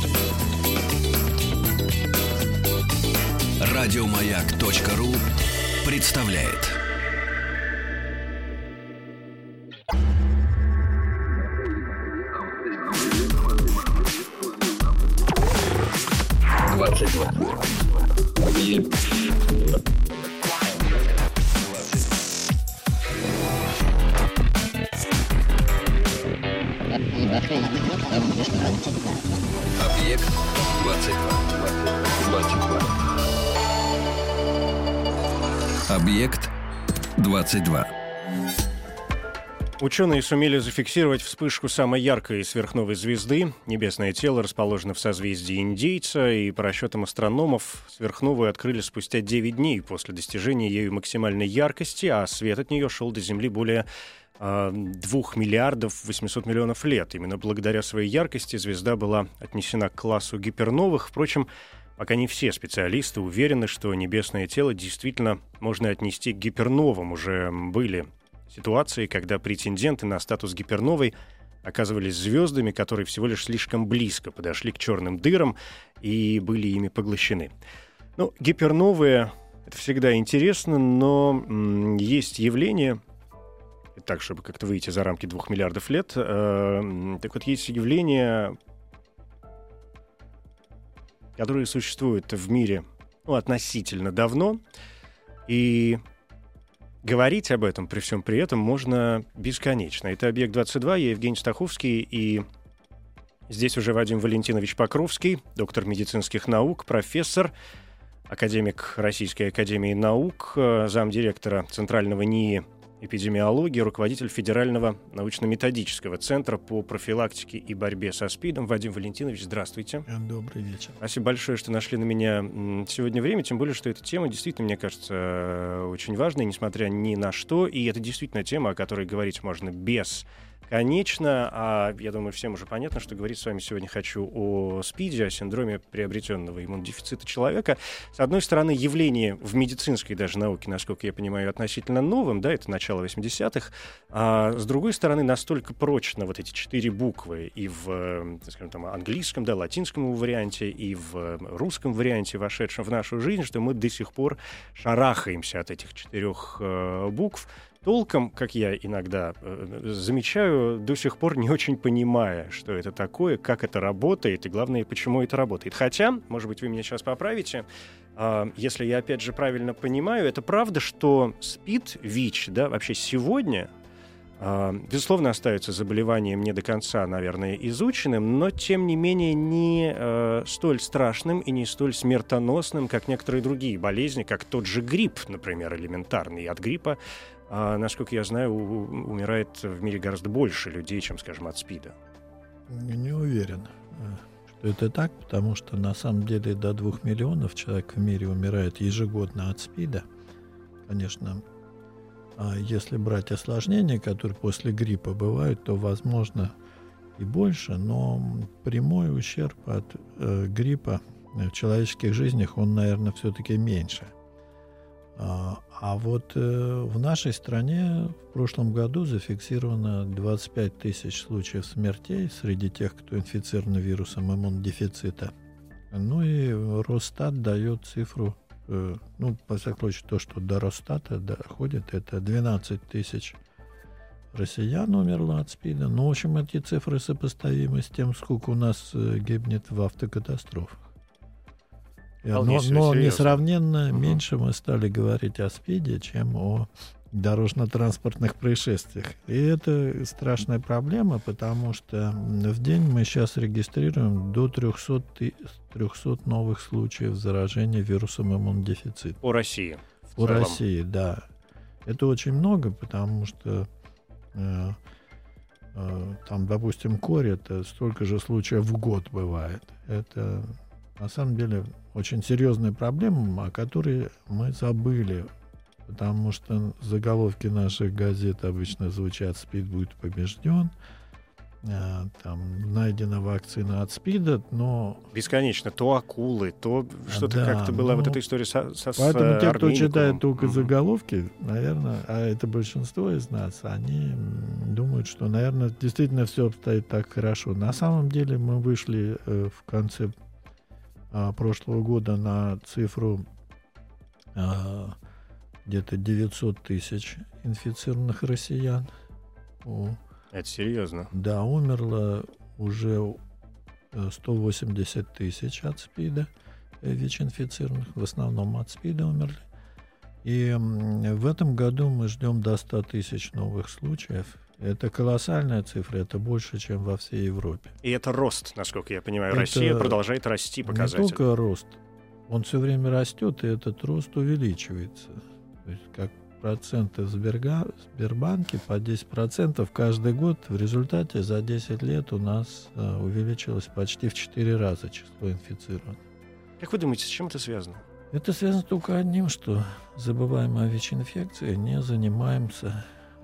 Радиомаяк.ру представляет. Объект 22. Объект 22. Ученые сумели зафиксировать вспышку самой яркой сверхновой звезды. Небесное тело расположено в созвездии Индейца, и по расчетам астрономов сверхновую открыли спустя 9 дней после достижения ею максимальной яркости, а свет от нее шел до Земли более 2 миллиардов 800 миллионов лет. Именно благодаря своей яркости звезда была отнесена к классу гиперновых. Впрочем, пока не все специалисты уверены, что небесное тело действительно можно отнести к гиперновым. Уже были ситуации, когда претенденты на статус гиперновой оказывались звездами, которые всего лишь слишком близко подошли к черным дырам и были ими поглощены. Ну, гиперновые — это всегда интересно, но есть явление, так, чтобы как-то выйти за рамки 2 миллиардов лет, так вот, есть явление, которые существуют в мире относительно давно, и говорить об этом при всем при этом можно бесконечно. Это «Объект 22», я Евгений Стаховский, и здесь уже Вадим Валентинович Покровский, доктор медицинских наук, профессор, академик Российской академии наук, замдиректора Центрального НИИ эпидемиологии, руководитель Федерального научно-методического центра по профилактике и борьбе со СПИДом. Вадим Валентинович, здравствуйте. Добрый вечер. Спасибо большое, что нашли на меня сегодня время, тем более, что эта тема действительно, мне кажется, очень важная, несмотря ни на что, и это действительно тема, о которой говорить можно бесконечно, а я думаю, всем уже понятно, что говорить с вами сегодня хочу о СПИДе, о синдроме приобретенного иммунодефицита человека. С одной стороны, явление в медицинской даже науке, насколько я понимаю, относительно новым, да, это начало 80-х, а с другой стороны, настолько прочно вот эти 4 буквы и в, скажем, там, английском, да, латинском варианте, и в русском варианте, вошедшем в нашу жизнь, что мы до сих пор шарахаемся от этих 4 букв, толком, как я иногда замечаю, до сих пор не очень понимая, что это такое, как это работает и, главное, почему это работает. Хотя, может быть, вы меня сейчас поправите, если я, опять же, правильно понимаю, это правда, что СПИД, ВИЧ, да, вообще сегодня, безусловно, остается заболеванием не до конца, наверное, изученным, но, тем не менее, не столь страшным и не столь смертоносным, как некоторые другие болезни, как тот же грипп, например, элементарный. И от гриппа, насколько я знаю, умирает в мире гораздо больше людей, чем, скажем, от СПИДа. Не уверен, что это так, потому что на самом деле до 2 миллионов человек в мире умирает ежегодно от СПИДа. Конечно, если брать осложнения, которые после гриппа бывают, то, возможно, и больше, но прямой ущерб от гриппа в человеческих жизнях, он, наверное, все-таки меньше. А вот в нашей стране в прошлом году зафиксировано 25 тысяч случаев смертей среди тех, кто инфицирован вирусом иммунодефицита. Ну и Росстат дает цифру, по всяком случае, то, что до Росстата доходит, это 12 тысяч россиян умерло от СПИДа. Ну, в общем, эти цифры сопоставимы с тем, сколько у нас гибнет в автокатастрофах. Но несравненно меньше мы стали говорить о СПИДе, чем о дорожно-транспортных происшествиях. И это страшная проблема, потому что в день мы сейчас регистрируем до 300 новых случаев заражения вирусом иммунодефицита. По России? По России, да. Это очень много, потому что там, допустим, корь, это столько же случаев в год бывает. Это на самом деле очень серьезная проблема, о которой мы забыли, потому что заголовки наших газет обычно звучат: СПИД будет побежден, там найдена вакцина от СПИДа, но... Бесконечно. То акулы, то что-то как-то была вот эта история со поэтому те, кто читает только Мгм. заголовки, наверное, а это большинство из нас, они думают, что, наверное, действительно все обстоит так хорошо. На самом деле мы вышли в конце прошлого года на цифру где-то 900 тысяч инфицированных россиян. Это серьезно. Да, умерло уже 180 тысяч от СПИДа, ВИЧ-инфицированных, в основном от СПИДа умерли. И в этом году мы ждем до 100 тысяч новых случаев. Это колоссальная цифра, это больше, чем во всей Европе. И это рост, насколько я понимаю. Это Россия продолжает расти показатель. Не только рост, он все время растет, и этот рост увеличивается. То есть как проценты в Сбербанке по 10% каждый год. В результате за 10 лет у нас увеличилось почти в 4 раза число инфицированных. Как вы думаете, с чем это связано? Это связано только одним, что забываем о ВИЧ-инфекции, не занимаемся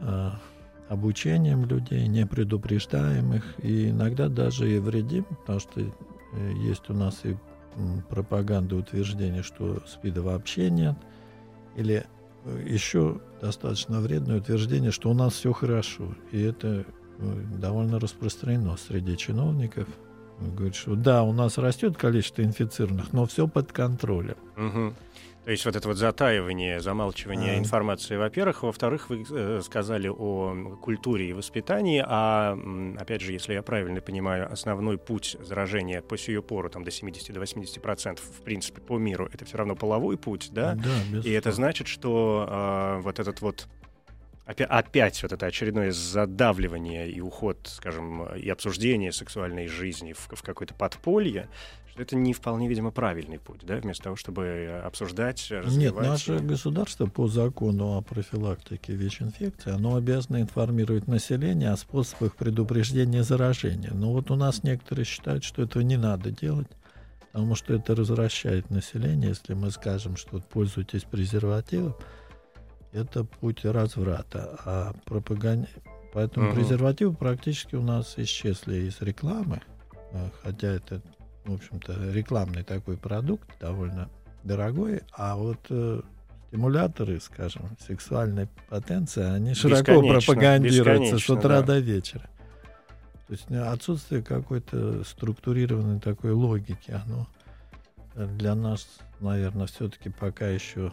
обучением людей, не предупреждаем их, и иногда даже и вредим, потому что есть у нас и пропаганда утверждения, что СПИДа вообще нет, или еще достаточно вредное утверждение, что у нас все хорошо. И это довольно распространено среди чиновников. Говорят, что да, у нас растет количество инфицированных, но все под контролем. Угу. То есть вот это вот затаивание, замалчивание информации, во-первых. Во-вторых, вы сказали о культуре и воспитании, а, опять же, если я правильно понимаю, основной путь заражения по сию пору, там, до 70-80%, в принципе, по миру, это все равно половой путь, да? Да, и это значит, что вот этот вот опять вот это очередное задавливание и уход, скажем, и обсуждение сексуальной жизни в какое-то подполье, что это не вполне, видимо, правильный путь, да, вместо того, чтобы обсуждать, развивать. Нет, наше государство по закону о профилактике ВИЧ-инфекции, оно обязано информировать население о способах предупреждения заражения. Но вот у нас некоторые считают, что этого не надо делать, потому что это развращает население. Если мы скажем, что пользуйтесь презервативом, это путь разврата. А поэтому презервативы практически у нас исчезли из рекламы, хотя это, в общем-то, рекламный такой продукт, довольно дорогой, а вот стимуляторы, скажем, сексуальной потенции, они широко пропагандируются с утра до вечера. То есть отсутствие какой-то структурированной такой логики, оно для нас, наверное, все-таки пока еще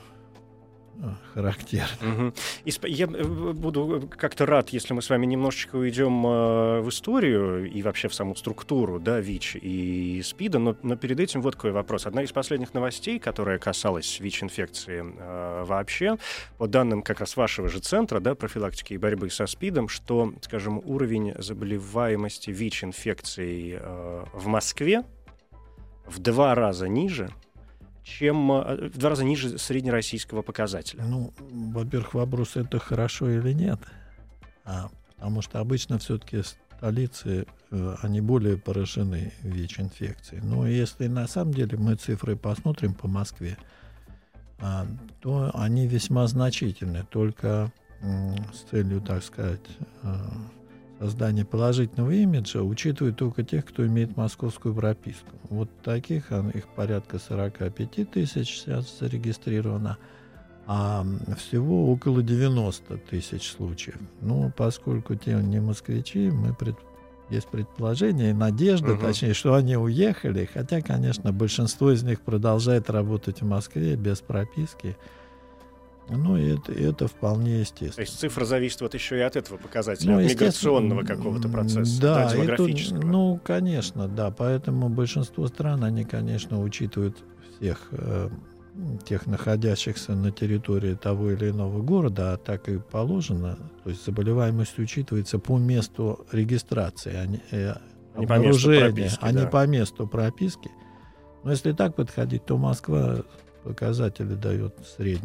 характерно. Я буду как-то рад, если мы с вами немножечко уйдем в историю и вообще в саму структуру, да, ВИЧ и СПИДа, но перед этим вот какой вопрос. Одна из последних новостей, которая касалась ВИЧ-инфекции вообще, по данным как раз вашего же центра, да, профилактики и борьбы со СПИДом, что, скажем, уровень заболеваемости ВИЧ-инфекцией в Москве в 2 раза ниже, чем в 2 раза ниже среднероссийского показателя. Ну, во-первых, вопрос, это хорошо или нет. Потому что обычно все-таки столицы, они более поражены ВИЧ-инфекцией. Но если на самом деле мы цифры посмотрим по Москве, то они весьма значительны. Только с целью, так сказать, создания положительного имиджа учитывают только тех, кто имеет московскую прописку. Вот таких, их порядка 45 тысяч сейчас зарегистрировано, а всего около 90 тысяч случаев. Ну, поскольку те не москвичи, есть предположение и надежда, точнее, что они уехали, хотя, конечно, большинство из них продолжает работать в Москве без прописки. Ну, это вполне естественно. То есть цифра зависит вот еще и от этого показателя, от миграционного какого-то процесса, да, демографического. Ну, конечно, да. Поэтому большинство стран, они, конечно, учитывают всех тех, находящихся на территории того или иного города, а так и положено. То есть заболеваемость учитывается по месту регистрации, не по месту прописки, а не по месту прописки. Но если так подходить, то Москва показатели дает средние.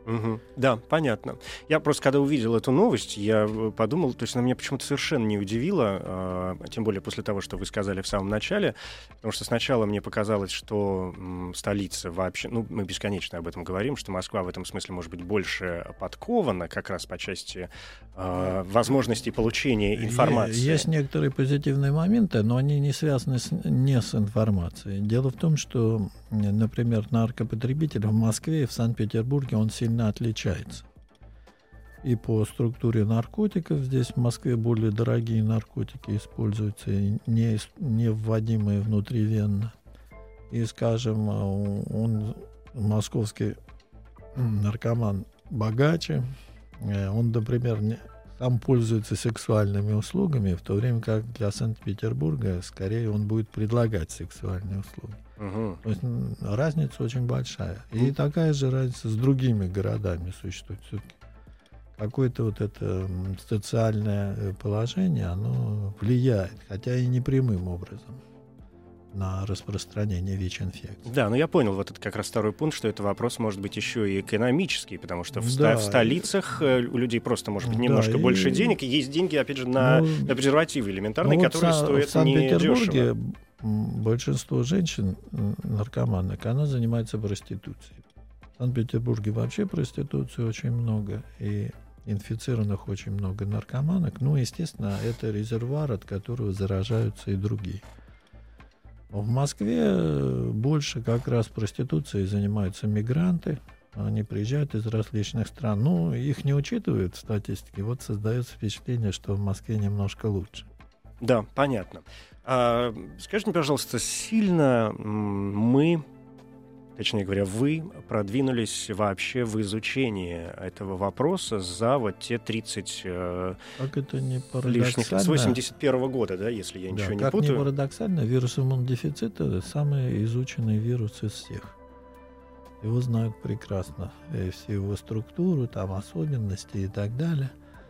Да, понятно. Я просто, когда увидел эту новость, я подумал, то есть она меня почему-то совершенно не удивила, тем более после того, что вы сказали в самом начале, потому что сначала мне показалось, что столица вообще, мы бесконечно об этом говорим, что Москва в этом смысле может быть больше подкована как раз по части возможностей получения информации. Есть некоторые позитивные моменты, но они не связаны не с информацией. Дело в том, что, например, наркопотребитель в Москве и в Санкт-Петербурге он сильно отличается. И по структуре наркотиков здесь в Москве более дорогие наркотики используются, не вводимые внутривенно. И, скажем, он, московский наркоман, богаче. Он, например, сам пользуется сексуальными услугами, в то время как для Санкт-Петербурга скорее он будет предлагать сексуальные услуги. То есть разница очень большая. И такая же разница с другими городами существует. Все-таки какое-то вот это социальное положение, оно влияет, хотя и не прямым образом, на распространение ВИЧ-инфекции. Да, но я понял вот этот как раз второй пункт, что это вопрос может быть еще и экономический, потому что в столицах у людей просто может быть немножко больше денег, и есть деньги, опять же, на презервативы элементарные, которые стоят недешево. Большинство женщин, наркоманок, она занимается проституцией. В Санкт-Петербурге вообще проституции очень много, и инфицированных очень много наркоманок. Естественно, это резервуар, от которого заражаются и другие. В Москве больше как раз проституцией занимаются мигранты. Они приезжают из различных стран. Их не учитывают в статистике. Вот создается впечатление, что в Москве немножко лучше. Да, понятно. Скажите мне, пожалуйста, сильно мы, точнее говоря, вы продвинулись вообще в изучении этого вопроса за вот те 30 как это не лишних, с 81 года, да, если я ничего не путаю. Как не парадоксально, вирус иммунодефицита — самый изученный вирус из всех. Его знают прекрасно, всю его структуру, там особенности и так далее.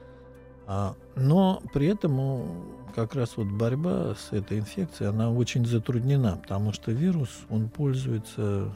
Но при этом как раз вот борьба с этой инфекцией, она очень затруднена, потому что вирус, он пользуется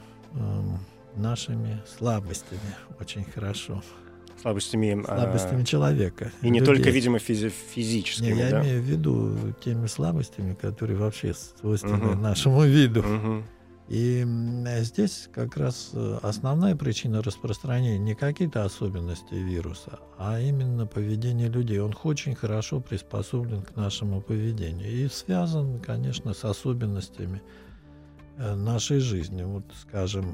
нашими слабостями очень хорошо. Слабостями человека. И не только, видимо, физическими. Я имею в виду теми слабостями, которые вообще свойственны нашему виду. И здесь как раз основная причина распространения не какие-то особенности вируса, а именно поведение людей. Он очень хорошо приспособлен к нашему поведению и связан, конечно, с особенностями нашей жизни. Вот, скажем,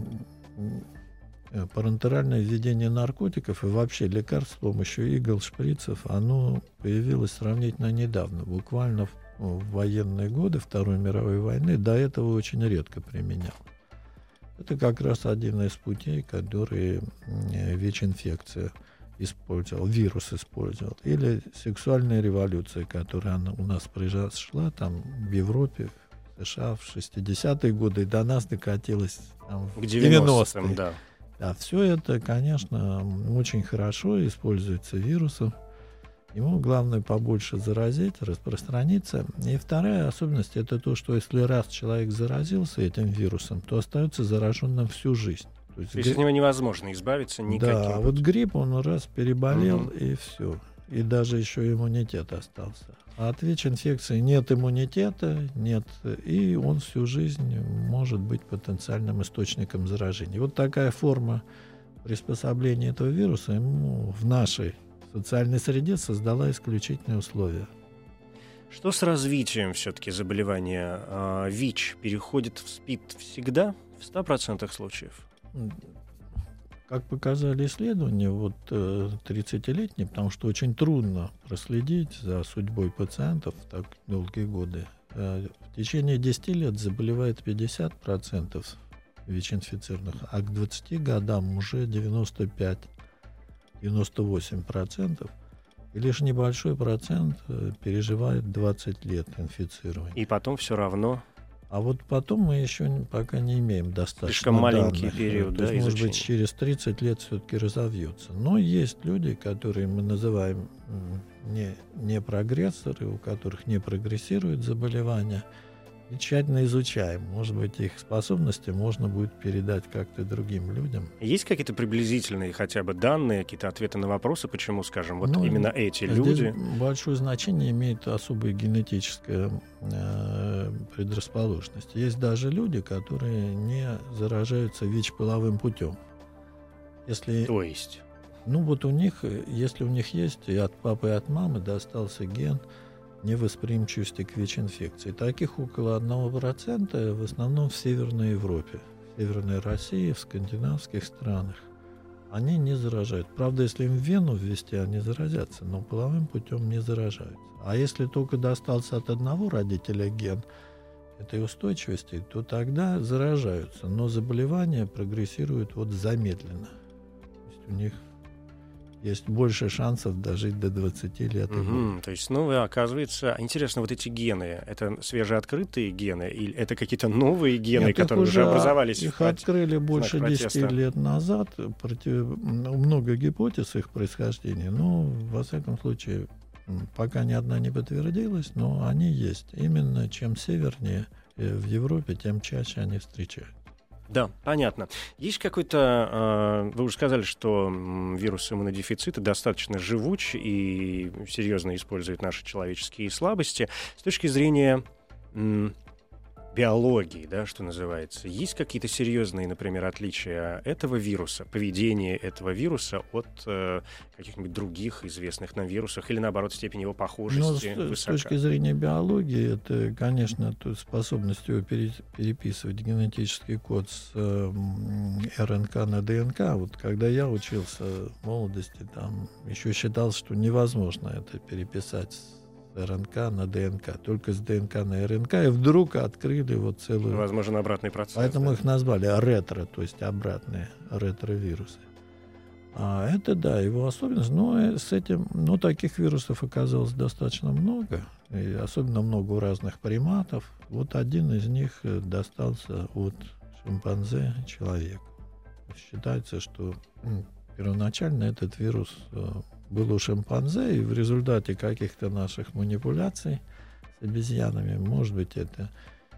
парентеральное введение наркотиков и вообще лекарств с помощью игл, шприцев, оно появилось сравнительно недавно, буквально в военные годы Второй мировой войны. До этого очень редко применял. Это как раз один из путей, который ВИЧ-инфекция использовал, вирус использовал. Или сексуальная революция, которая у нас произошла там в Европе, в США в 60-е годы, и до нас докатилась там, в 90-е. Да, все это, конечно, очень хорошо используется вирусом. Ему главное побольше заразить, распространиться. И вторая особенность — это то, что если раз человек заразился этим вирусом, то остается зараженным всю жизнь. То есть от него невозможно избавиться никаким. Да, вот грипп, он раз переболел, и все. И даже еще иммунитет остался. А от ВИЧ-инфекции нет иммунитета, нет, и он всю жизнь может быть потенциальным источником заражения. Вот такая форма приспособления этого вируса ему в нашей социальной среде создала исключительные условия. Что с развитием все-таки заболевания ВИЧ? Переходит в СПИД всегда в 100% случаев? Как показали исследования, 30-летние, потому что очень трудно проследить за судьбой пациентов так долгие годы. В течение 10 лет заболевает 50% ВИЧ-инфицированных, а к 20 годам уже 95-98%. И лишь небольшой процент переживает 20 лет инфицирования. И потом все равно... А вот потом мы еще пока не имеем достаточно слишком маленький данных. период, То есть, может быть, через 30 лет все-таки разовьется. Но есть люди, которые мы называем не прогрессоры, у которых не прогрессирует заболевание. и тщательно изучаем. Может быть, их способности можно будет передать как-то другим людям. Есть какие-то приблизительные хотя бы данные, какие-то ответы на вопросы, почему, скажем, вот именно эти люди... Большое значение имеет особая генетическая предрасположенность. Есть даже люди, которые не заражаются ВИЧ-половым путем. То есть? Ну вот у них, если у них есть и от папы, и от мамы достался ген невосприимчивости к ВИЧ-инфекции. Таких около 1%, в основном в Северной Европе, в Северной России, в скандинавских странах. Они не заражают. Правда, если им в вену ввести, они заразятся, но половым путем не заражаются. А если только достался от одного родителя ген этой устойчивости, то тогда заражаются, но заболевание прогрессирует замедленно. То есть у них есть больше шансов дожить до 20 лет. То есть, оказывается, интересно, вот эти гены, это свежеоткрытые гены, или это какие-то новые гены, Нет, которые уже образовались? Их открыли больше 10 лет назад. Много гипотез их происхождения, но, во всяком случае, пока ни одна не подтвердилась, но они есть. Именно чем севернее в Европе, тем чаще они встречаются. Да, понятно. Есть какой-то... Вы уже сказали, что вирус иммунодефицита достаточно живуч и серьезно использует наши человеческие слабости. С точки зрения биологии, да, что называется, есть какие-то серьезные, например, отличия этого вируса, поведения этого вируса от каких-нибудь других известных нам вирусов, или, наоборот, степень его похожести высока? С точки зрения биологии, это, конечно, способность его переписывать генетический код с РНК на ДНК. Вот когда я учился в молодости, там еще считалось, что невозможно это переписать с РНК на ДНК, только с ДНК на РНК, и вдруг открыли целую... Возможно, обратный процесс. Поэтому их назвали ретро, то есть обратные ретровирусы. А это, да, его особенность. Но с этим, таких вирусов оказалось достаточно много, и особенно много у разных приматов. Вот один из них достался от шимпанзе человеку. Считается, что первоначально этот вирус был у шимпанзе, и в результате каких-то наших манипуляций с обезьянами, может быть, это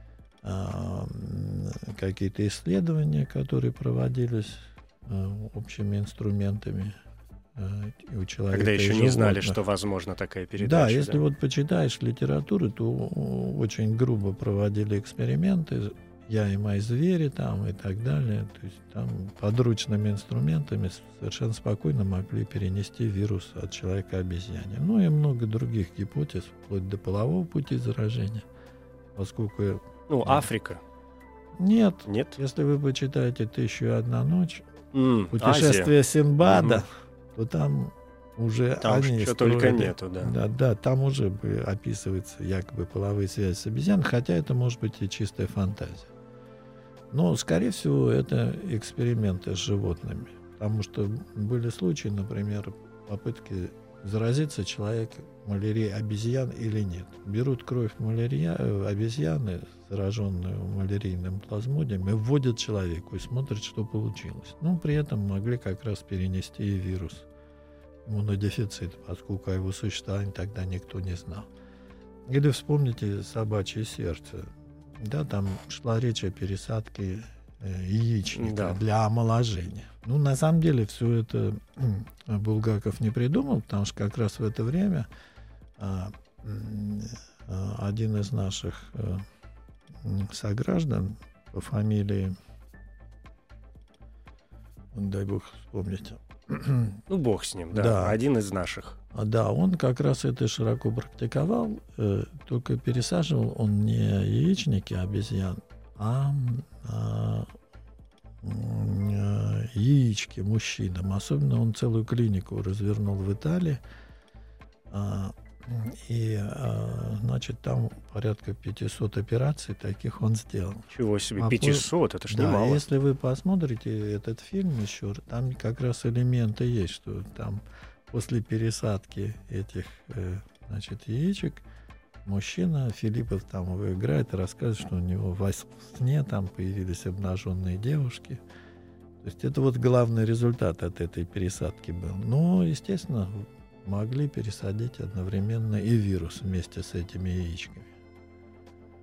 какие-то исследования, которые проводились общими инструментами у человека. Когда еще не знали, что возможно такая передача. Да, если почитаешь литературу, то очень грубо проводили эксперименты, я и мои звери там и так далее. То есть там подручными инструментами совершенно спокойно могли перенести вирус от человека к обезьяне. И много других гипотез, вплоть до полового пути заражения. Поскольку... Африка. Нет. Если вы почитаете «1001 ночь», «Путешествие Азия. Синдбада», то там уже там они что только нету, да. Да, там уже описывается якобы половые связи с обезьяной, хотя это может быть и чистая фантазия. Но, скорее всего, это эксперименты с животными. Потому что были случаи, например, попытки заразиться человек малярией обезьян или нет. Берут кровь обезьяны, зараженную малярийным плазмодием, и вводят человеку и смотрят, что получилось. При этом могли как раз перенести и вирус иммунодефицит, поскольку о его существовании тогда никто не знал. Или вспомните собачье сердце. Да, там шла речь о пересадке яичника для омоложения. На самом деле все это Булгаков не придумал, потому что как раз в это время один из наших сограждан по фамилии, дай бог вспомнить. Бог с ним, да, один из наших. Да, он как раз это широко практиковал, только пересаживал он не яичники обезьян, а яички мужчинам. Особенно он целую клинику развернул в Италии, и, там порядка 500 операций таких он сделал. Чего себе, 500, это ж немало. Да, если вы посмотрите этот фильм еще, там как раз элементы есть, что там после пересадки этих, яичек мужчина, Филиппов там его играет и рассказывает, что у него во сне там появились обнаженные девушки. То есть это главный результат от этой пересадки был. Но, естественно, могли пересадить одновременно и вирус вместе с этими яичками.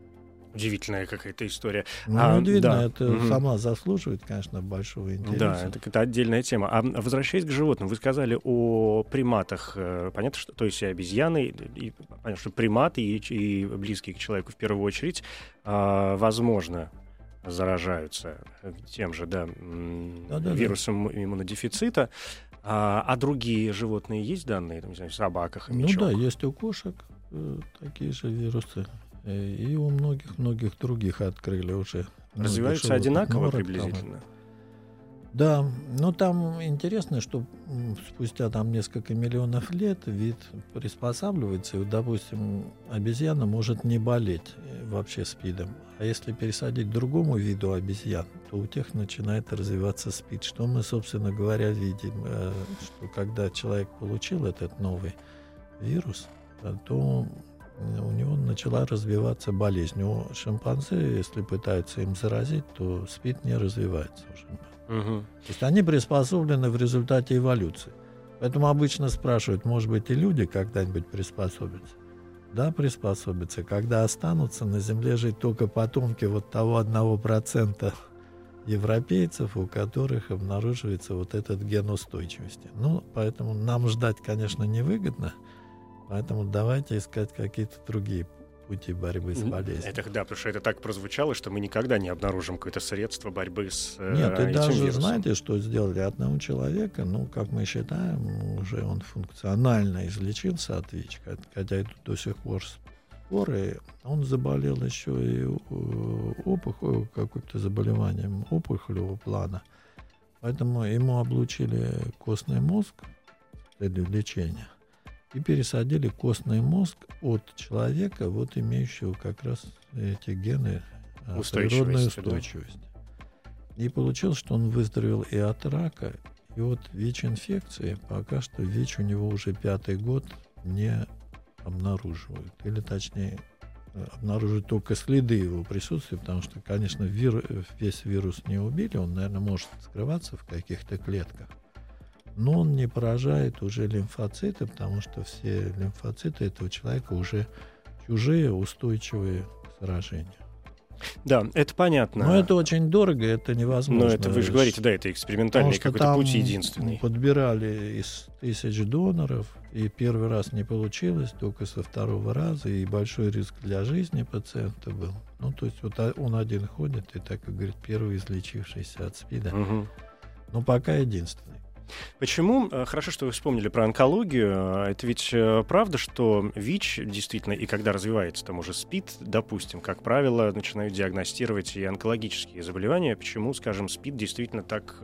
Удивительная какая-то история. Ну, видно, да. это сама заслуживает, конечно, большого интереса. Да, это отдельная тема. А возвращаясь к животным, вы сказали о приматах. Понятно, что, то есть и обезьяны, и понятно, что приматы и близкие к человеку в первую очередь, возможно, заражаются тем же, вирусом иммунодефицита. А другие животные есть данные, там, не знаю, собака, хомячок? Ну да, есть у кошек такие же вирусы. И у многих других открыли уже. Развиваются одинаково приблизительно? Да, но там интересно, что спустя там несколько миллионов лет вид приспосабливается, и, допустим, обезьяна может не болеть вообще СПИДом. А если пересадить другому виду обезьян, то у тех начинает развиваться СПИД. Что мы, собственно говоря, видим, что когда человек получил этот новый вирус, то у него начала развиваться болезнь. У шимпанзе, если пытаются им заразить, то СПИД не развивается у шимпанзе. То есть они приспособлены в результате эволюции. Поэтому обычно спрашивают, может быть, и люди когда-нибудь приспособятся? Да, приспособятся. Когда останутся на Земле жить только потомки вот того 1% европейцев, у которых обнаруживается вот этот ген устойчивости. Ну, поэтому нам ждать, конечно, невыгодно. Поэтому давайте искать какие-то другие пути борьбы с болезнью. Это да, потому что это так прозвучало, что мы никогда не обнаружим какое-то средство борьбы с Нет, этим и даже вирусом. знаете, что сделали одного человека, как мы считаем, уже он функционально излечился от ВИЧ, хотя это до сих пор споры. Он заболел еще и каким-то заболеванием опухолевого плана. Поэтому ему облучили костный мозг для лечения. И пересадили костный мозг от человека, вот имеющего как раз эти гены природной устойчивости. И получилось, что он выздоровел и от рака, и от ВИЧ-инфекции. Пока что ВИЧ у него уже 5-й год не обнаруживают. Или точнее, обнаруживают только следы его присутствия, потому что, конечно, весь вирус не убили, он, наверное, может скрываться в каких-то клетках. Но он не поражает уже лимфоциты, потому что все лимфоциты этого человека уже чужие, устойчивые к заражению. Да, это понятно. Но это очень дорого, это невозможно. Но это вы же говорите, да, это экспериментальный какой-то путь единственный. Подбирали из 1000 доноров, и первый раз не получилось, только со второго раза, и большой риск для жизни пациента был. Ну, то есть вот он один ходит, и так, как говорит, первый излечившийся от СПИДа. Но пока единственный. Почему? Хорошо, что вы вспомнили про онкологию. Это ведь правда, что ВИЧ действительно, и когда развивается там уже СПИД, допустим, как правило, начинают диагностировать и онкологические заболевания. Почему, скажем, СПИД действительно так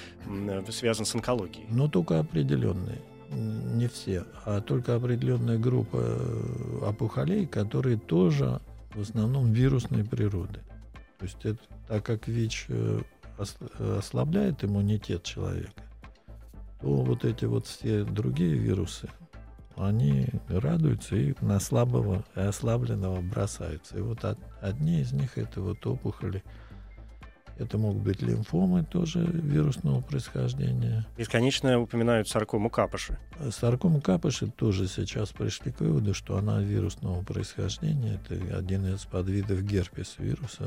связан с онкологией? Но только определенные. Не все, а только определенная группа опухолей, которые тоже в основном вирусной природы. То есть это, так как ВИЧ ослабляет иммунитет человека, то вот эти вот все другие вирусы, они радуются и на слабого и ослабленного бросаются. И вот одни из них — это вот опухоли. Это могут быть лимфомы тоже вирусного происхождения. Бесконечно упоминают саркому Капоши. Саркому Капоши тоже сейчас пришли к выводу, что она вирусного происхождения. Это один из подвидов герпес вируса.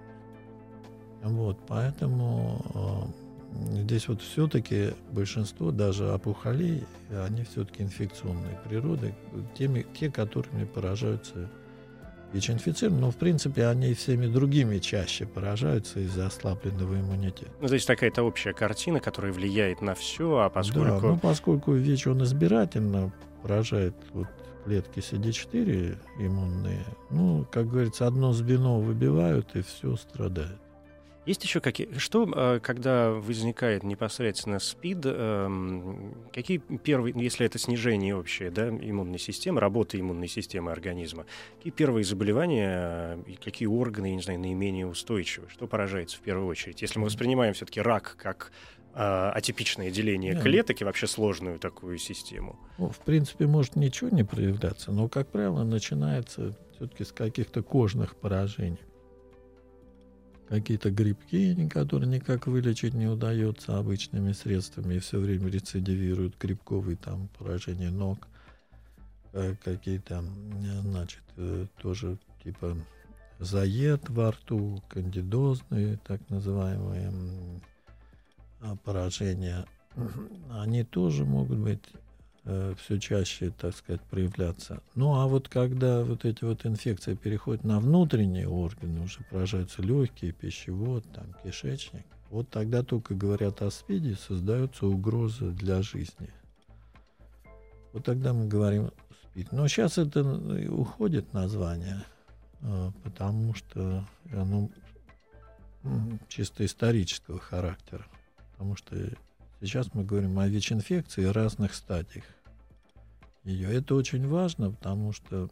Вот, поэтому здесь вот все-таки большинство даже опухолей, они все-таки инфекционной природы, те, которыми поражаются ВИЧ-инфицированные, но в принципе они всеми другими чаще поражаются из-за ослабленного иммунитета. Ну, то есть такая-то общая картина, которая влияет на все, а поскольку... Да, поскольку ВИЧ, он избирательно поражает вот клетки CD4 иммунные, как говорится, одно звено выбивают, и все страдает. Есть еще что, когда возникает непосредственно СПИД, какие первые, если это снижение общее, да, иммунной системы, работы иммунной системы организма, какие первые заболевания и какие органы, я не знаю, наименее устойчивы? Что поражается в первую очередь? Если мы воспринимаем все-таки рак как атипичное деление клеток и вообще сложную такую систему. В принципе, может ничего не проявляться, но, как правило, начинается все-таки с каких-то кожных поражений. Какие-то грибки, которые никак вылечить не удается обычными средствами, и все время рецидивируют грибковые поражения ног, какие-то, тоже типа заед во рту, кандидозные так называемые поражения, они тоже могут быть все чаще, так сказать, проявляться. Ну, а вот когда вот эти вот инфекции переходят на внутренние органы, уже поражаются легкие, пищевод, там, кишечник, вот тогда только говорят о СПИДе, создается угроза для жизни. Вот тогда мы говорим СПИД. Но сейчас это уходит название, потому что оно чисто исторического характера. Потому что сейчас мы говорим о ВИЧ-инфекции в разных стадиях ее. Это очень важно, потому что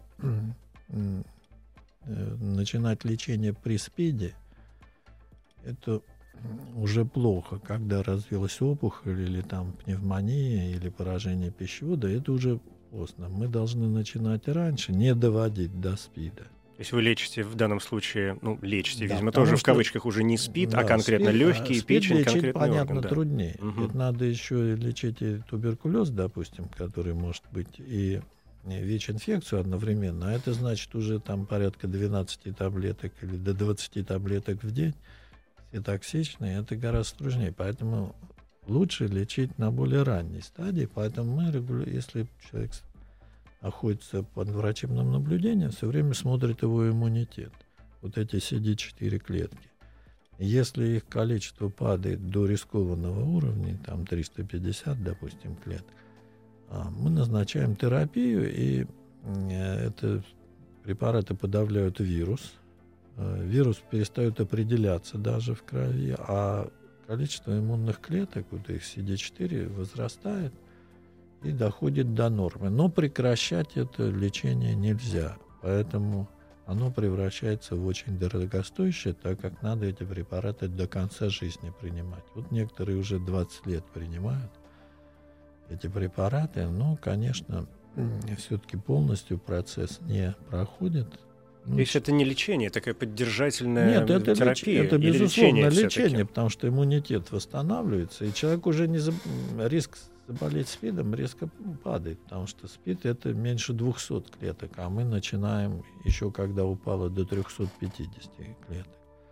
начинать лечение при СПИДе — это уже плохо. Когда развилась опухоль или там пневмония или поражение пищевода, это уже поздно. Мы должны начинать раньше, не доводить до СПИДа. То есть вы лечите в данном случае, лечите, Да, видимо, тоже в кавычках уже не СПИД, а конкретно легкие, печень, конкретный понятно, орган. труднее. Угу. Это надо еще лечить и туберкулез, допустим, который может быть, и ВИЧ-инфекцию одновременно. А это значит уже там порядка 12 таблеток или до 20 таблеток в день. Все токсичные, это гораздо сложнее. Поэтому лучше лечить на более ранней стадии. Поэтому мы если человек находится под врачебным наблюдением, все время смотрит его иммунитет. Вот эти CD4 клетки. Если их количество падает до рискованного уровня, там 350, допустим, клеток, мы назначаем терапию, и это препараты подавляют вирус. Вирус перестает определяться даже в крови, а количество иммунных клеток, вот их CD4, возрастает и доходит до нормы. Но прекращать это лечение нельзя, поэтому оно превращается в очень дорогостоящее, так как надо эти препараты до конца жизни принимать. Вот некоторые уже 20 лет принимают эти препараты, но, конечно, все-таки полностью процесс не проходит. То есть это не лечение, такая поддержательная терапия? Это или безусловно лечение, лечение, потому что иммунитет восстанавливается, и человек уже риск заболеть СПИДом резко падает, потому что СПИД — это меньше 200 клеток, а мы начинаем еще когда упало до 350 клеток.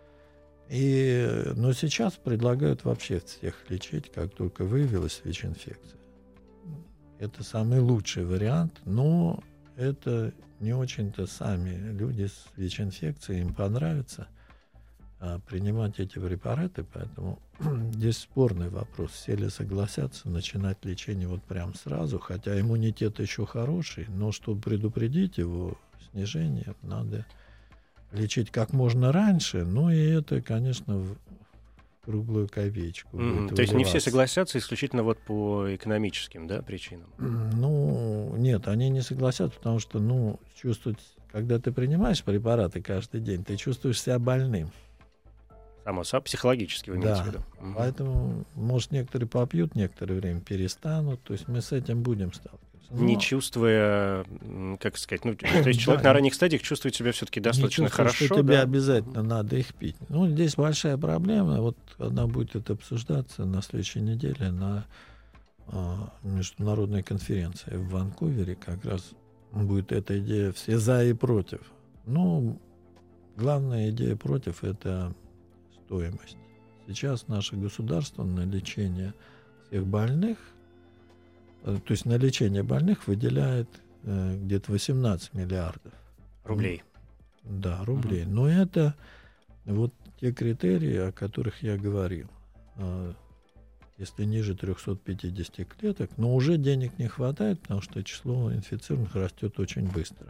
Но сейчас предлагают вообще всех лечить, как только выявилась ВИЧ-инфекция. Это самый лучший вариант, но это не очень-то сами люди с ВИЧ-инфекцией, им понравится принимать эти препараты, поэтому здесь спорный вопрос, все ли согласятся начинать лечение вот прям сразу, хотя иммунитет еще хороший, но чтобы предупредить его снижение, надо лечить как можно раньше, ну и это, конечно, в круглую копеечку. То есть не все согласятся исключительно вот по экономическим, да, причинам? Нет, они не согласятся, потому что, чувствовать, когда ты принимаешь препараты каждый день, ты чувствуешь себя больным. Само собой, психологически вы имеете в виду. Поэтому, может, некоторые попьют, некоторое время перестанут, то есть мы с этим будем сталкиваться. Не чувствуя, как сказать, то есть человек на ранних стадиях чувствует себя все-таки достаточно хорошо. Что тебе обязательно надо их пить. Здесь большая проблема, вот она будет это обсуждаться на следующей неделе на международной конференции в Ванкувере, как раз будет эта идея все за и против. Главная идея против — это стоимость. Сейчас наше государство на лечение всех больных, то есть на лечение больных выделяет где-то 18 миллиардов. Рублей. Да, рублей. Но это вот те критерии, о которых я говорил. Если ниже 350 клеток, но уже денег не хватает, потому что число инфицированных растет очень быстро.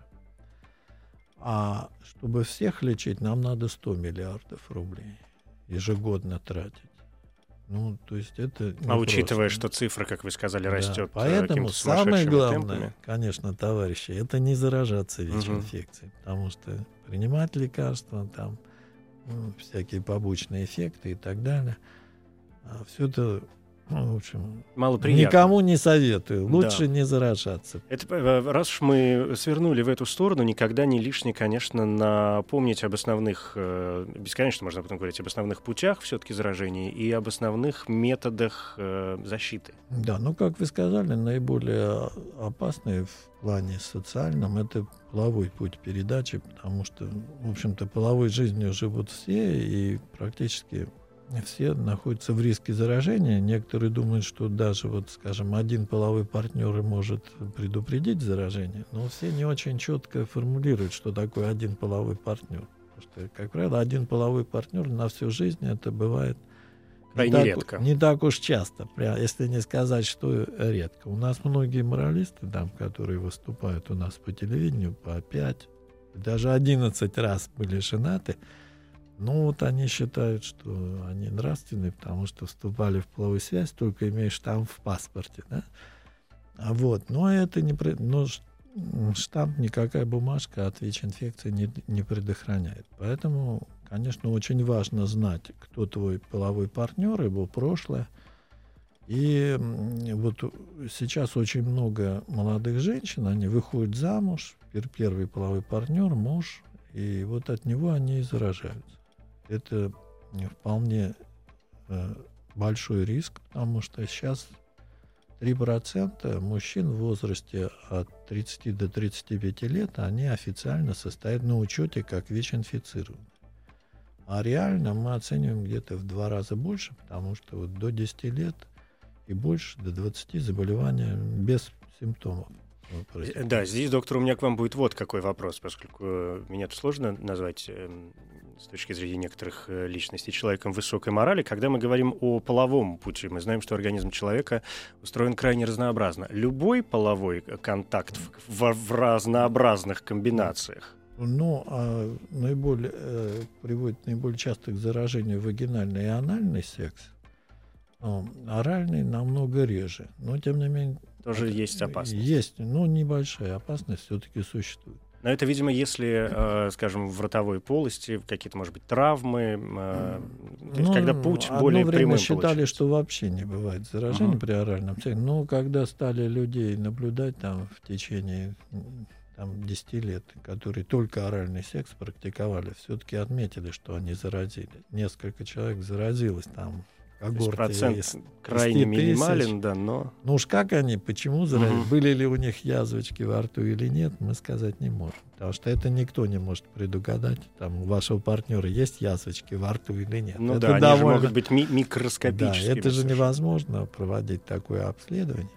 А чтобы всех лечить, нам надо 100 миллиардов рублей ежегодно тратить. То есть это учитывая, что цифра, как вы сказали, растет. Поэтому самое главное, конечно, товарищи, это не заражаться ВИЧ-инфекцией, потому что принимать лекарства, там всякие побочные эффекты и так далее, все это в общем, малоприятно. Никому не советую. Лучше не заражаться. Это, раз уж мы свернули в эту сторону, никогда не лишне, конечно, напомнить об основных, бесконечно можно потом говорить, об основных путях все-таки заражения и об основных методах защиты. Да, как вы сказали, наиболее опасный в плане социальном — это половой путь передачи, потому что, в общем-то, половой жизнью живут все, и практически все находятся в риске заражения. Некоторые думают, что даже, скажем, один половой партнер может предупредить заражение, но все не очень четко формулируют, что такое один половой партнер. Потому что, как правило, один половой партнер на всю жизнь — это бывает редко. Не так уж часто, если не сказать, что редко. У нас многие моралисты, которые выступают у нас по телевидению, по 5, даже 11 раз были женаты. Они считают, что они нравственные, потому что вступали в половую связь, только имея штамп в паспорте. Да? Но это штамп, никакая бумажка от ВИЧ-инфекции не предохраняет. Поэтому, конечно, очень важно знать, кто твой половой партнер, его прошлое. И сейчас очень много молодых женщин, они выходят замуж, первый половой партнер, муж, и от него они и заражаются. Это вполне большой риск, потому что сейчас 3% мужчин в возрасте от 30 до 35 лет, они официально состоят на учете как ВИЧ-инфицированные. А реально мы оцениваем где-то в 2 раза больше, потому что до 10 лет и больше, до 20 заболевания без симптомов. Да, здесь, доктор, у меня к вам будет какой вопрос, поскольку меня сложно назвать с точки зрения некоторых личностей человеком высокой морали. Когда мы говорим о половом пути, мы знаем, что организм человека устроен крайне разнообразно. Любой половой контакт в разнообразных комбинациях? Приводит наиболее часто к заражению вагинальный и анальный секс. Оральный намного реже. Но, тем не менее, тоже есть опасность. Есть, небольшая опасность все-таки существует. Но это, видимо, если, скажем, в ротовой полости какие-то, может быть, травмы, когда путь более прямым получается. Одно время считали, что вообще не бывает заражения при оральном сексе. Но когда стали людей наблюдать в течение 10 лет, которые только оральный секс практиковали, все-таки отметили, что они заразили. Несколько человек заразилось процент крайне минимален, да, но... почему заразились, были ли у них язвочки во рту или нет, мы сказать не можем. Потому что это никто не может предугадать, у вашего партнера есть язвочки во рту или нет. Это они же могут быть микроскопическими. Да, это же невозможно проводить такое обследование.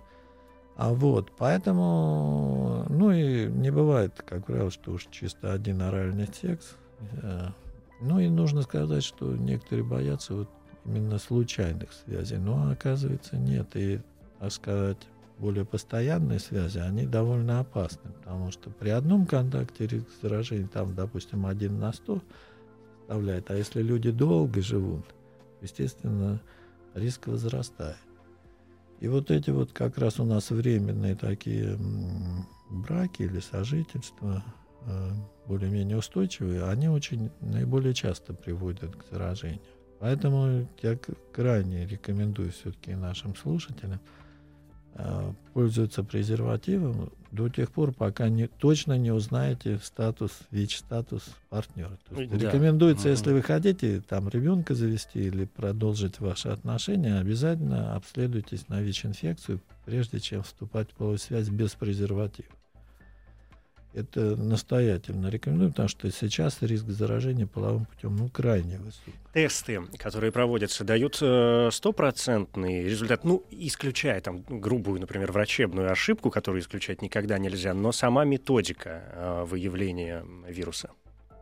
Поэтому, и не бывает, как правило, что уж чисто один оральный секс. И нужно сказать, что некоторые боятся именно случайных связей, но оказывается нет. И, так сказать, более постоянные связи, они довольно опасны, потому что при одном контакте риск заражения, допустим, 1 на 100 составляет, а если люди долго живут, естественно, риск возрастает. И эти как раз у нас временные такие браки или сожительства, более-менее устойчивые, они наиболее часто приводят к заражению. Поэтому я крайне рекомендую все-таки нашим слушателям пользоваться презервативом до тех пор, пока точно не узнаете ВИЧ-статус партнера. Рекомендуется, если вы хотите ребенка завести или продолжить ваши отношения, обязательно обследуйтесь на ВИЧ-инфекцию, прежде чем вступать в половую связь без презерватива. Это настоятельно рекомендую, потому что сейчас риск заражения половым путем крайне высок. Тесты, которые проводятся, дают 100% результат, исключая грубую, например, врачебную ошибку, которую исключать никогда нельзя, но сама методика выявления вируса.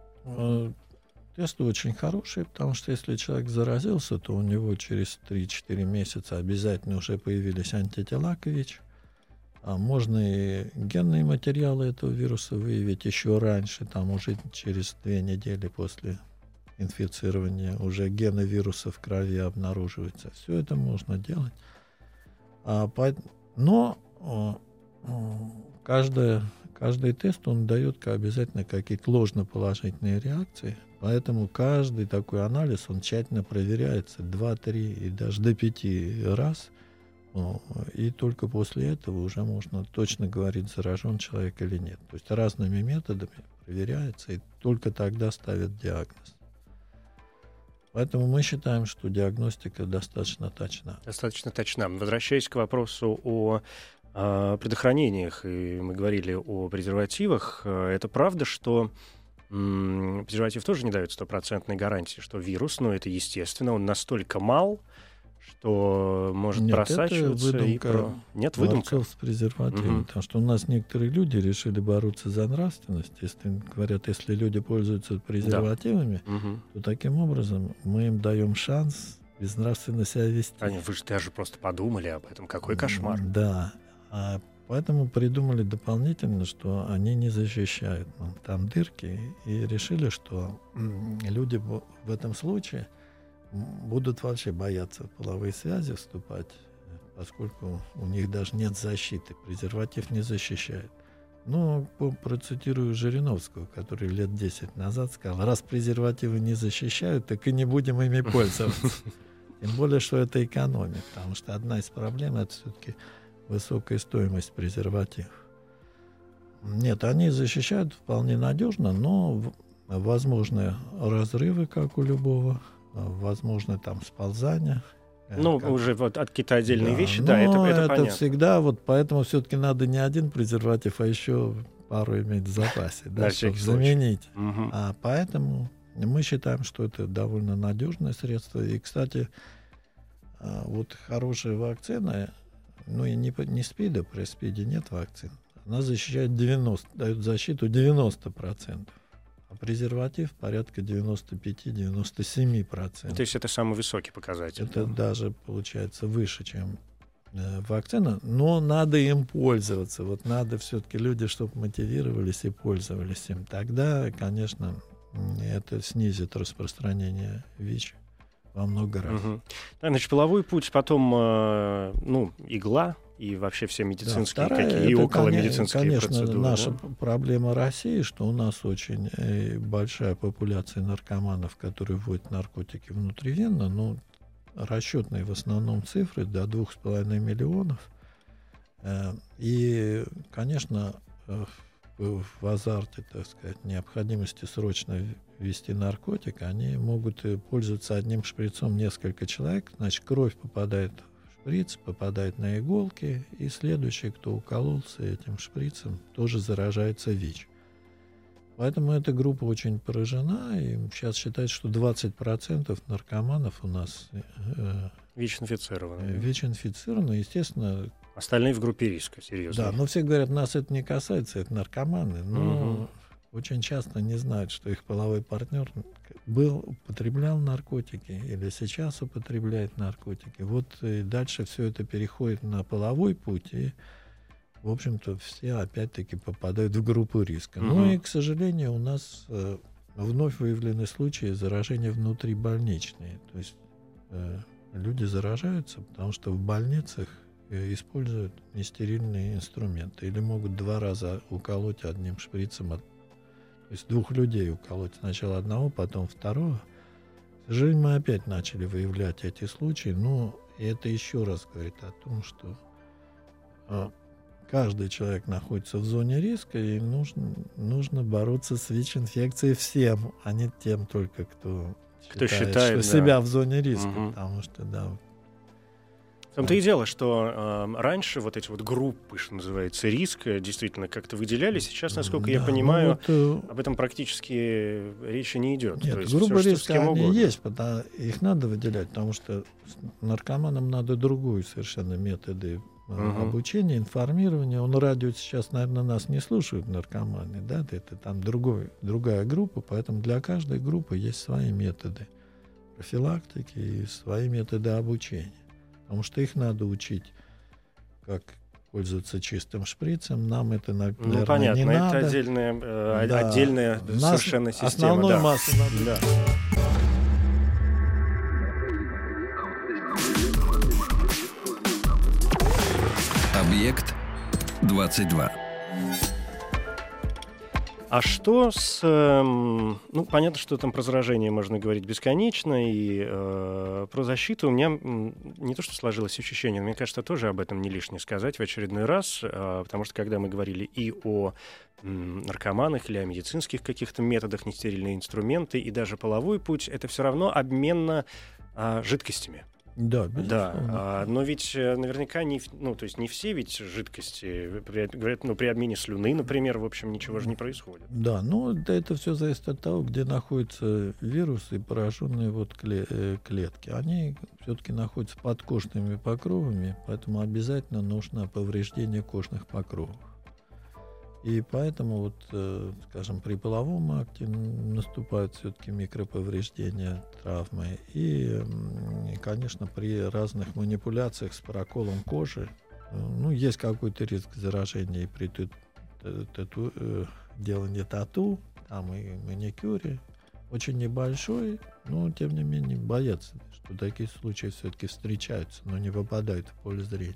Тесты очень хорошие, потому что если человек заразился, то у него через 3-4 месяца обязательно уже появились антитела к ВИЧ. Можно и генные материалы этого вируса выявить еще раньше, уже через 2 недели после инфицирования уже гены вируса в крови обнаруживаются. Все это можно делать. Но каждый тест, он дает обязательно какие-то ложноположительные реакции. Поэтому каждый такой анализ, он тщательно проверяется 2, 3 и даже до 5 раз. И только после этого уже можно точно говорить, заражен человек или нет. То есть разными методами проверяется, и только тогда ставят диагноз. Поэтому мы считаем, что диагностика достаточно точна. Достаточно точна. Возвращаясь к вопросу о предохранениях, и мы говорили о презервативах, это правда, что презерватив тоже не дает стопроцентной гарантии, что вирус, но это естественно, он настолько мал, что может просачиваться. Это выдумка. Нет, выдумка с презервативами. Потому что у нас некоторые люди решили бороться за нравственность. Если говорят, если люди пользуются презервативами, то таким образом мы им даем шанс безнравственно себя вести. Вы же даже просто подумали об этом. Какой кошмар. Да. Поэтому придумали дополнительно, что они не защищают там дырки, и решили, что люди в этом случае будут вообще бояться в половые связи вступать, поскольку у них даже нет защиты. Презерватив не защищает. Процитирую Жириновского, который лет 10 назад сказал: раз презервативы не защищают, так и не будем ими пользоваться. Тем более, что это экономия, потому что одна из проблем — это все-таки высокая стоимость презервативов. Нет, они защищают вполне надежно, но возможны разрывы, как у любого, возможно там сползание. Уже от какие-то отдельные вещи, это понятно. Всегда, поэтому все-таки надо не один презерватив, а еще пару иметь в запасе, чтобы заменить. Поэтому мы считаем, что это довольно надежное средство. И, кстати, хорошая вакцина, и не СПИДа, при СПИДе нет вакцин, она защищает дает защиту 90%. А презерватив порядка 95-97%. То есть это самый высокий показатель. Это даже получается выше, чем вакцина, но надо им пользоваться. Надо все-таки люди, чтобы мотивировались и пользовались им. Тогда, конечно, это снизит распространение ВИЧ во много раз. Значит, половой путь, потом игла, и вообще все медицинские и околомедицинские процедуры. Конечно, наша проблема России, что у нас очень большая популяция наркоманов, которые вводят наркотики внутривенно, расчетные в основном цифры до 2,5 миллионов. И, конечно, в азарте, так сказать, необходимости срочно ввести наркотик, они могут пользоваться одним шприцом несколько человек, значит, кровь попадает в шприц, попадает на иголки, и следующий, кто укололся этим шприцем, тоже заражается ВИЧ. Поэтому эта группа очень поражена, и сейчас считается, что 20% наркоманов у нас ВИЧ-инфицированы. ВИЧ-инфицированы, естественно. Остальные в группе риска, серьезно. Да, но все говорят, нас это не касается, это наркоманы. Но очень часто не знают, что их половой партнер употреблял наркотики или сейчас употребляет наркотики. И дальше все это переходит на половой путь, и, в общем-то, все опять-таки попадают в группу риска. И, к сожалению, у нас вновь выявлены случаи заражения внутрибольничные. То есть люди заражаются, потому что в больницах используют нестерильные инструменты или могут 2 раза уколоть одним шприцем, то есть 2 людей уколоть, сначала одного, потом второго. К сожалению, мы опять начали выявлять эти случаи, и это еще раз говорит о том, что каждый человек находится в зоне риска, и нужно бороться с ВИЧ-инфекцией всем, а не тем только, кто считает себя в зоне риска, потому что, В том-то и дело, что раньше эти группы, что называется, риска, действительно как-то выделялись. Сейчас, насколько я понимаю, об этом практически речи не идет. Нет, то есть группы все, риска они есть, их надо выделять, потому что наркоманам надо другую совершенно методы обучения, информирования. Радио сейчас, наверное, нас не слушают наркоманы, это там другая группа, поэтому для каждой группы есть свои методы профилактики и свои методы обучения. Потому что их надо учить, как пользоваться чистым шприцем. Нам это, наверное, понятно, не надо. Это отдельная совершенно система. Основную массу надо. Да. Объект 22. А что с... ну, понятно, что там про заражение можно говорить бесконечно, и про защиту у меня не то что сложилось ощущение, но мне кажется, тоже об этом не лишнее сказать в очередной раз, потому что когда мы говорили и о наркоманах или о медицинских каких-то методах, нестерильные инструменты, и даже половой путь, это все равно обмен жидкостями. Да, безусловно. Да, но ведь наверняка то есть не все ведь жидкости, говорят, при обмене слюны, например, в общем, ничего же не происходит. Да, это все зависит от того, где находятся вирусы, пораженные клетки. Они все-таки находятся под кожными покровами, поэтому обязательно нужно повреждение кожных покровов. И поэтому, скажем, при половом акте наступают все-таки микроповреждения, травмы. И, конечно, при разных манипуляциях с проколом кожи, есть какой-то риск заражения и при делании тату, там и маникюре. Очень небольшой, но, тем не менее, боятся, что такие случаи все-таки встречаются, но не попадают в поле зрения.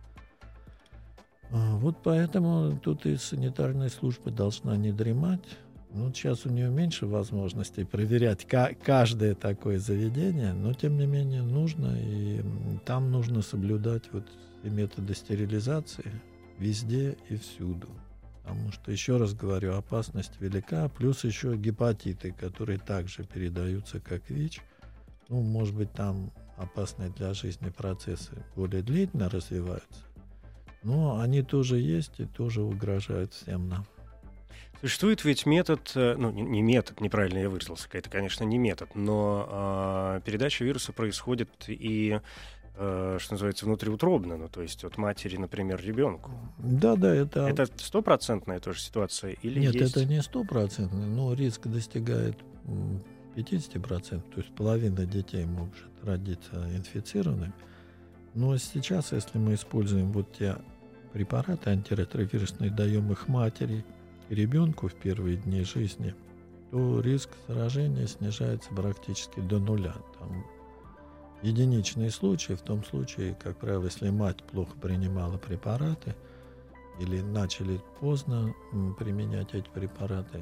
Поэтому тут и санитарная служба должна не дремать. Сейчас у нее меньше возможностей проверять каждое такое заведение, но тем не менее нужно, и там нужно соблюдать и методы стерилизации везде и всюду. Потому что, еще раз говорю, опасность велика, плюс еще гепатиты, которые также передаются как ВИЧ. Может быть, там опасные для жизни процессы более длительно развиваются. Но они тоже есть и тоже угрожают всем нам. Существует ведь метод, не метод, неправильно я выразился, это, конечно, не метод, но передача вируса происходит и, что называется, внутриутробно, то есть от матери, например, ребенку. Да, это... Это стопроцентная тоже ситуация? Или Нет, есть... это не стопроцентный, но риск достигает 50%, то есть половина детей может родиться инфицированными. Но сейчас, если мы используем те препараты антиретровирусные, даем их матери и ребенку в первые дни жизни, то риск заражения снижается практически до нуля. Там единичные случаи, в том случае, как правило, если мать плохо принимала препараты или начали поздно применять эти препараты,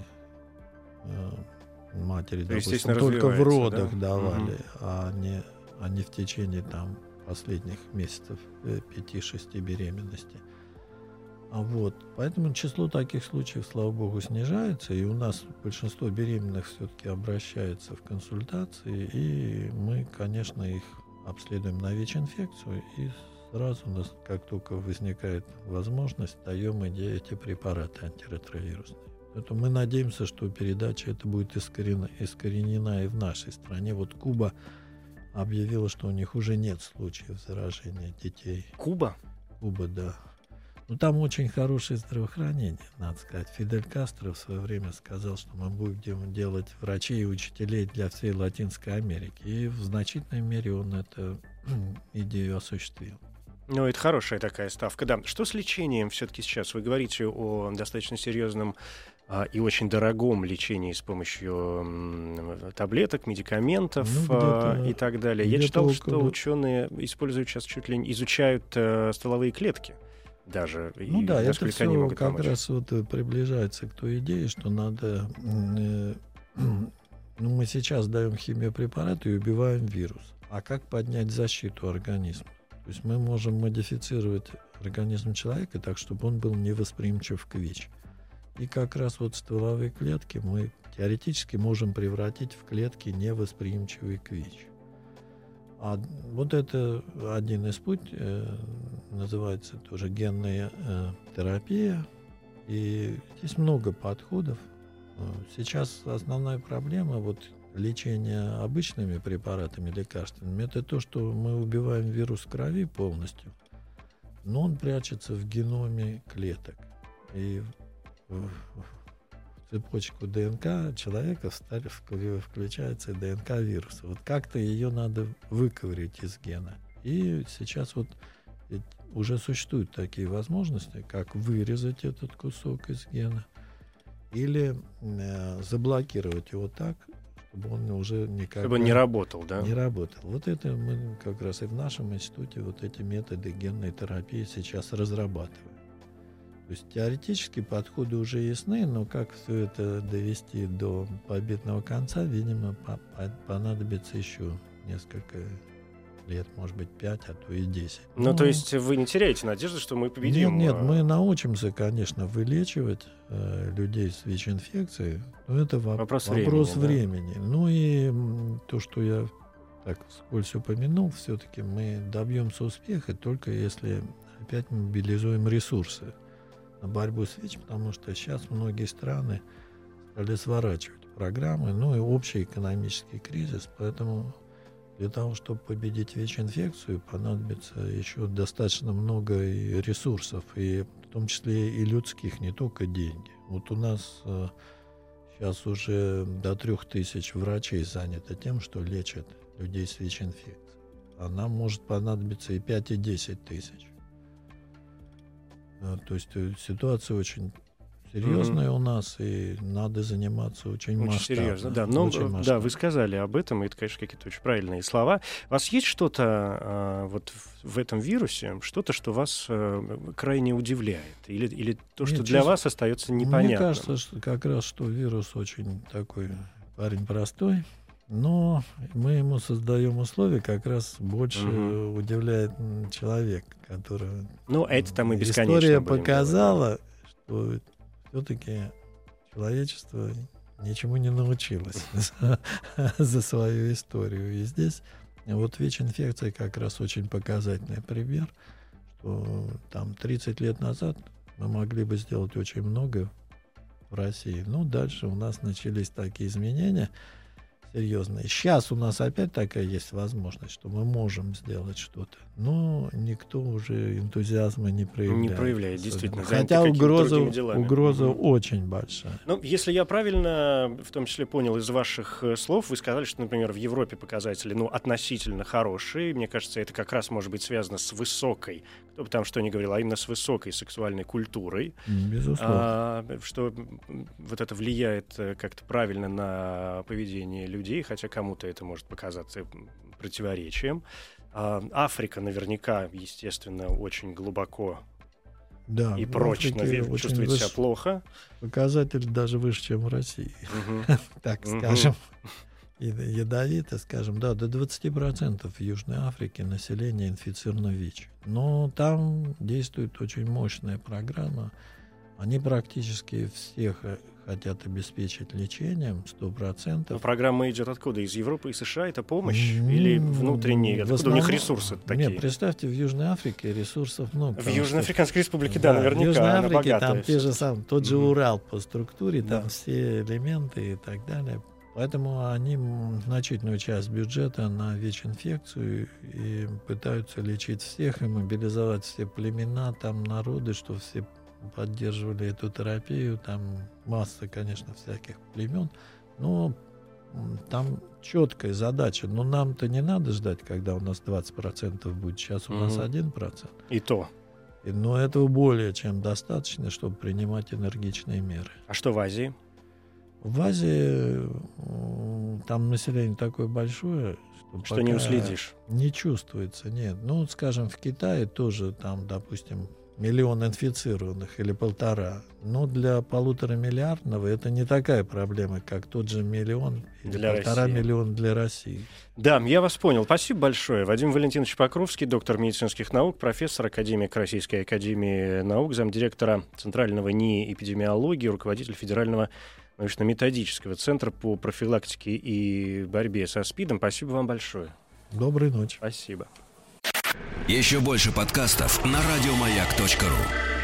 матери, допустим, только в родах давали, а не в течение последних месяцев 5-6 беременности. Поэтому число таких случаев, слава богу, снижается, и у нас большинство беременных все-таки обращается в консультации, и мы, конечно, их обследуем на ВИЧ-инфекцию, и сразу у нас, как только возникает возможность, даем эти препараты антиретровирусные. Поэтому мы надеемся, что передача эта будет искоренена и в нашей стране. Куба объявила, что у них уже нет случаев заражения детей. Куба? Куба, да. Там очень хорошее здравоохранение, надо сказать. Фидель Кастро в свое время сказал, что мы будем делать врачей и учителей для всей Латинской Америки. И в значительной мере он эту идею осуществил. Это хорошая такая ставка, да. Что с лечением все-таки сейчас? Вы говорите о достаточно серьезном и очень дорогом лечении с помощью таблеток, медикаментов и так далее. Я читал, что ученые используют сейчас чуть ли не изучают стволовые клетки даже. Это все как раз приближается к той идее, что надо... мы сейчас даем химиопрепараты и убиваем вирус. А как поднять защиту организма? То есть мы можем модифицировать организм человека так, чтобы он был невосприимчив к ВИЧ. И как раз стволовые клетки мы теоретически можем превратить в клетки, невосприимчивые к ВИЧ. Это один из путей, называется тоже генная терапия. И здесь много подходов. Сейчас основная проблема лечения обычными препаратами, лекарственными, это то, что мы убиваем вирус в крови полностью, но он прячется в геноме клеток. И в цепочку ДНК человека включается ДНК вируса. Как-то ее надо выковырять из гена. И сейчас уже существуют такие возможности, как вырезать этот кусок из гена или заблокировать его так, чтобы он уже никогда... Чтобы не работал, да? Не работал. Это мы как раз и в нашем институте эти методы генной терапии сейчас разрабатываем. То То есть теоретически подходы уже ясны, но как все это довести до победного конца, видимо, понадобится еще несколько лет, может быть, 5, а то и 10. Ну, то есть вы не теряете надежды, что мы победим? Нет, мы научимся, конечно, вылечивать людей с ВИЧ-инфекцией, но это вопрос времени. Да? Ну и то, что я так вскользь упомянул, все-таки мы добьемся успеха только если опять мобилизуем ресурсы на борьбу с ВИЧ, потому что сейчас многие страны стали сворачивать программы, ну и общий экономический кризис, поэтому для того, чтобы победить ВИЧ-инфекцию, понадобится еще достаточно много и ресурсов, и в том числе и людских, не только деньги. Вот у нас сейчас уже до 3000 врачей заняты тем, что лечат людей с ВИЧ-инфекцией. А нам может понадобиться и 5, и 10 тысяч. То есть ситуация очень серьезная у нас, и надо заниматься очень масштабно. Серьезно, да. Но, да, вы сказали об этом, и это, конечно, какие-то очень правильные слова. У вас есть что-то вот в этом вирусе, что-то, что вас крайне удивляет? Или то, что для вас остается непонятным? Мне кажется, что как раз что вирус очень такой парень простой, но мы ему создаем условия, как раз больше удивляет человек, который... Ну, это там и бесконечно. История показала, что все-таки человечество ничему не научилось за свою историю. И здесь вот ВИЧ-инфекция как раз очень показательный пример, что там 30 лет назад мы могли бы сделать очень много в России. Ну, дальше у нас начались такие изменения серьезные. Сейчас у нас опять такая есть возможность, что мы можем сделать что-то, но никто уже энтузиазма не проявляет. Не проявляет, действительно. Хотя угроза очень большая. Ну, если я правильно, в том числе, понял из ваших слов, вы сказали, что, например, в Европе показатели, относительно хорошие. Мне кажется, это как раз может быть связано с высокой, кто бы там что ни говорил, а именно с высокой сексуальной культурой. Безусловно. Что вот это влияет как-то правильно на поведение людей, хотя кому-то это может показаться противоречием. Африка наверняка, естественно, очень глубоко и прочно чувствует себя плохо. Показатель даже выше, чем в России. Так скажем. Ядовито, скажем, да, до 20% в Южной Африке населения инфицировано ВИЧ. Но там действует очень мощная программа. Они практически всех хотят обеспечить лечением 100%. Но программа идет откуда? Из Европы и США? Это помощь? Или внутренние? Откуда у них ресурсы такие? Нет, представьте, в Южной Африке ресурсов много. В Южноафриканской республике, да, наверняка. В Южной Африке там те же самые, тот же Урал по структуре, там все элементы и так далее. Поэтому они значительную часть бюджета на ВИЧ-инфекцию и пытаются лечить всех и мобилизовать все племена, там народы, что все поддерживали эту терапию. Там масса, конечно, всяких племен. Но там четкая задача. Но нам-то не надо ждать, когда у нас 20% будет. Сейчас у нас 1%. И то. Но этого более чем достаточно, чтобы принимать энергичные меры. А что в Азии? В Азии там население такое большое, что не уследишь. Не чувствуется, нет. Ну, скажем, в Китае тоже там, допустим, 1 миллион инфицированных или 1,5. Но для 1,5-миллиардного это не такая проблема, как тот же 1 миллион или 1,5 миллиона для России. Да, я вас понял. Спасибо большое. Вадим Валентинович Покровский, доктор медицинских наук, профессор, академик Российской академии наук, замдиректора Центрального НИИ эпидемиологии, руководитель Федерального научно-методического центра по профилактике и борьбе со СПИДом. Спасибо вам большое. Доброй ночи. Спасибо. Еще больше подкастов на радиомаяк.ру.